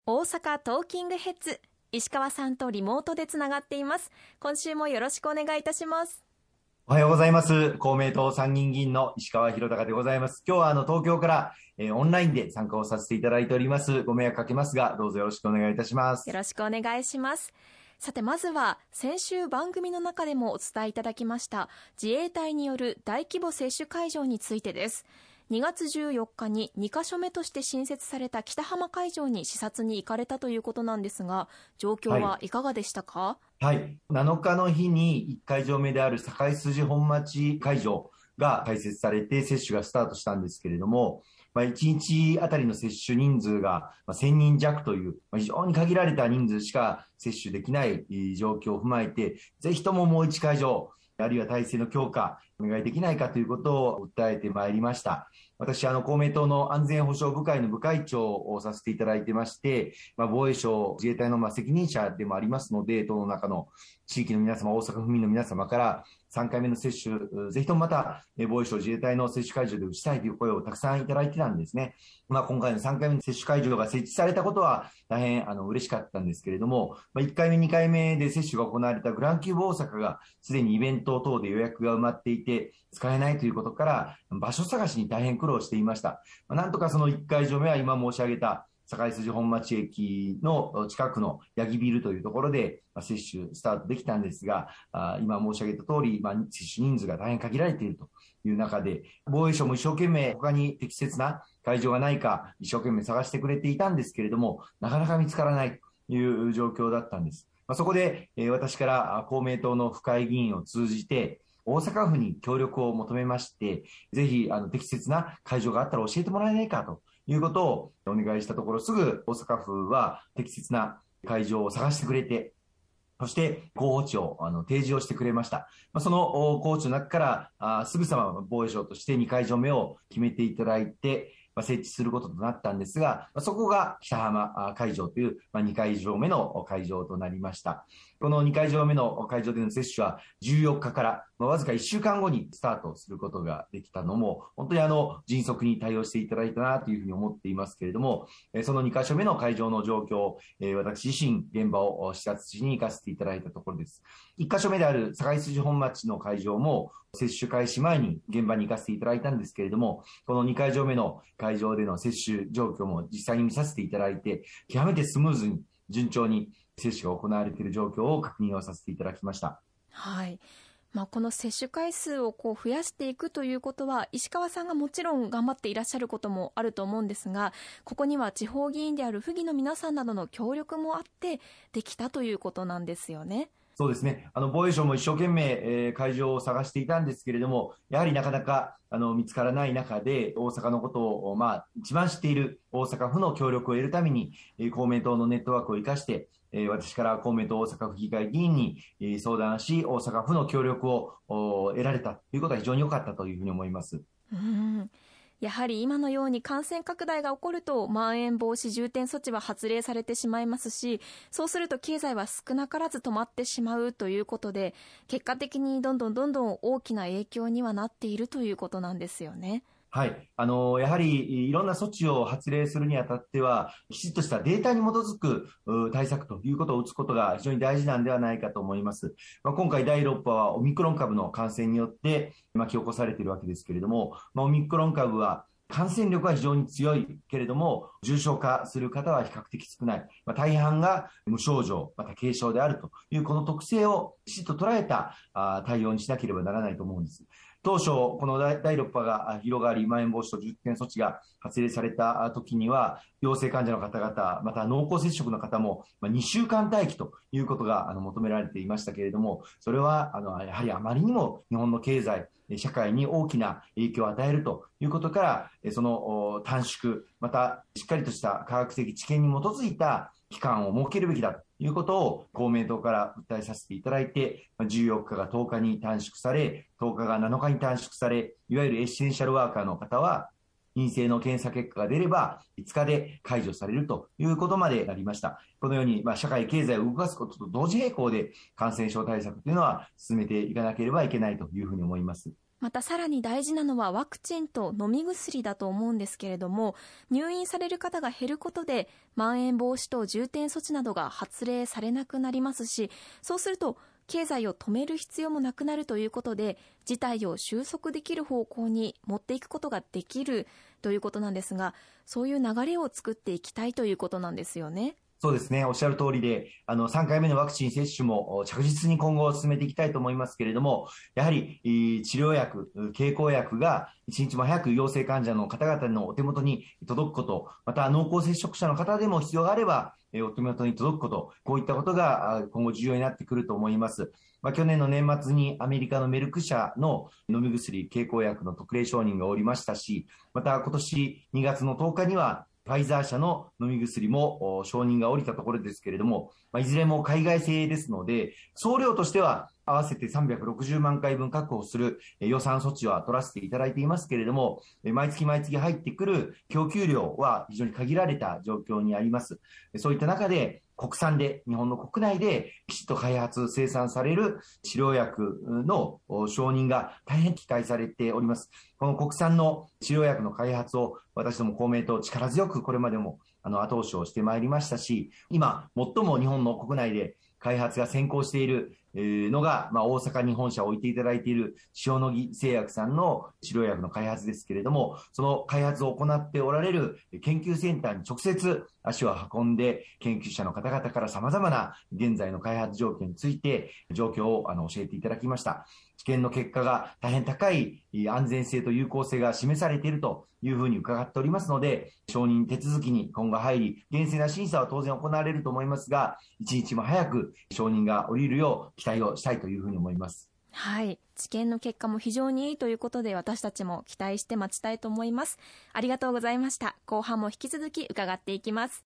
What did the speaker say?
大阪トーキングヘッズ、石川さんとリモートでつながっています。今週もよろしくお願いいたします。 おはようございます。公明党参議院議員の石川博隆でございます。今日は東京から、オンラインで参加をさせていただいております。ご迷惑かけますが、どうぞよろしくお願いいたします。 よろしくお願いします。さて、まずは先週番組の中でもお伝えいただきました自衛隊による大規模接種会場についてです。2月14日に2カ所目として新設された北浜会場に視察に行かれたということなんですが、状況はいかがでしたか？ はい。7日の日に1会場目である堺筋本町会場が開設されて接種がスタートしたんですけれども、1日あたりの接種人数が1000人弱という非常に限られた人数しか接種できない状況を踏まえて、ぜひとももう1会場、あるいは体制の強化、お願いできないかということを訴えてまいりました。私、公明党の安全保障部会の部会長をさせていただいてまして、防衛省、自衛隊の責任者でもありますので、党の中の地域の皆様、大阪府民の皆様から3回目の接種、ぜひともまた防衛省、自衛隊の接種会場で打ちたいという声をたくさんいただいてたんですね。今回の3回目の接種会場が設置されたことは大変嬉しかったんですけれども、1回目、2回目で接種が行われたグランキューブ大阪がすでにイベント等で予約が埋まっていて、使えないということから場所探しに大変苦労していました。なんとかその1会場目は今申し上げた堺筋本町駅の近くの八木ビルというところで接種スタートできたんですが、今申し上げた通り、接種人数が大変限られているという中で、防衛省も一生懸命他に適切な会場がないか一生懸命探してくれていたんですけれども、なかなか見つからないという状況だったんです。そこで私から公明党の府会議員を通じて大阪府に協力を求めまして、ぜひ適切な会場があったら教えてもらえないかということをお願いしたところ、すぐ大阪府は適切な会場を探してくれて、そして候補地を提示をしてくれました。その候補地の中からすぐさま防衛省として2会場目を決めていただいて、設置することとなったんですが、そこが北浜会場という2会場目の会場となりました。この2会場目の会場での接種は14日からわずか1週間後にスタートすることができたのも、本当に迅速に対応していただいたなというふうに思っていますけれども、その2カ所目の会場の状況、私自身現場を視察しに行かせていただいたところです。1カ所目である堺筋本町の会場も接種開始前に現場に行かせていただいたんですけれども、この2会場目の会場での接種状況も実際に見させていただいて、極めてスムーズに順調に接種が行われている状況を確認をさせていただきました。 はい。この接種回数を増やしていくということは、石川さんがもちろん頑張っていらっしゃることもあると思うんですが、ここには地方議員である府議の皆さんなどの協力もあってできたということなんですよね。 そうですね。防衛省も一生懸命、会場を探していたんですけれども、やはりなかなか見つからない中で、大阪のことを、一番知っている大阪府の協力を得るために、公明党のネットワークを生かして、私から公明党大阪府議会議員に相談し、大阪府の協力を得られたということは非常に良かったというふうに思います。 やはり今のように感染拡大が起こるとまん延防止重点措置は発令されてしまいますし、そうすると経済は少なからず止まってしまうということで、結果的にどんどん大きな影響にはなっているということなんですよね。 はい。やはりいろんな措置を発令するにあたっては、きちっとしたデータに基づく対策ということを打つことが非常に大事なんではないかと思います。今回第6波はオミクロン株の感染によって巻き起こされているわけですけれども、オミクロン株は感染力は非常に強いけれども、重症化する方は比較的少ない。大半が無症状、また軽症であるという、この特性をきちっと捉えた対応にしなければならないと思うんです。当初、この第6波が広がり、まん延防止等重点措置が発令された時には、陽性患者の方々、また濃厚接触の方も2週間待機ということが求められていましたけれども、それはやはりあまりにも日本の経済、社会に大きな影響を与えるということから、その短縮、またしっかりとした科学的知見に基づいた期間を設けるべきだということを公明党から訴えさせていただいて、14日が10日に短縮され、10日が7日に短縮され、いわゆるエッセンシャルワーカーの方は陰性の検査結果が出れば5日で解除されるということまでなりました。このように社会経済を動かすことと同時並行で感染症対策というのは進めていかなければいけないというふうに思います。 またさらに大事なのはワクチンと飲み薬だと思うんですけれども、入院される方が減ることでまん延防止等重点措置などが発令されなくなりますし、そうすると経済を止める必要もなくなるということで、事態を収束できる方向に持っていくことができるということなんですが、そういう流れを作っていきたいということなんですよね。 そうですね。おっしゃる通りで、3回目のワクチン接種も着実に今後進めていきたいと思いますけれども、やはり治療薬、経口薬が一日も早く陽性患者の方々のお手元に届くこと、また濃厚接触者の方でも必要があれば、お手元に届くこと、こういったことが今後重要になってくると思います。去年の年末にアメリカのメルク社の飲み薬、経口薬の特例承認がおりましたし、また今年2月の10日には、ファイザー社の飲み薬も承認が下りたところですけれども、いずれも海外製ですので、総量としては合わせて360万回分確保する予算措置は取らせていただいていますけれども、毎月毎月入ってくる供給量は非常に限られた状況にあります。そういった中で、国産で、日本の国内できちっと開発、生産される治療薬の承認が大変期待されております。この国産の治療薬の開発を私ども公明党力強くこれまでも後押しをしてまいりましたし、今最も日本の国内で開発が先行しているのが、大阪に本社を置いていただいている塩野義製薬さんの治療薬の開発ですけれども、その開発を行っておられる研究センターに直接足を運んで、研究者の方々から様々な現在の開発状況について状況を教えていただきました。治験の結果が大変高い安全性と有効性が示されているというふうに伺っておりますので、承認手続きに今後入り、厳正な審査は当然行われると思いますが、一日も早く承認が下りるよう期待をしたいというふうに思います。 はい、治験の結果も非常にいいということで、私たちも期待して待ちたいと思います。ありがとうございました。後半も引き続き伺っていきます。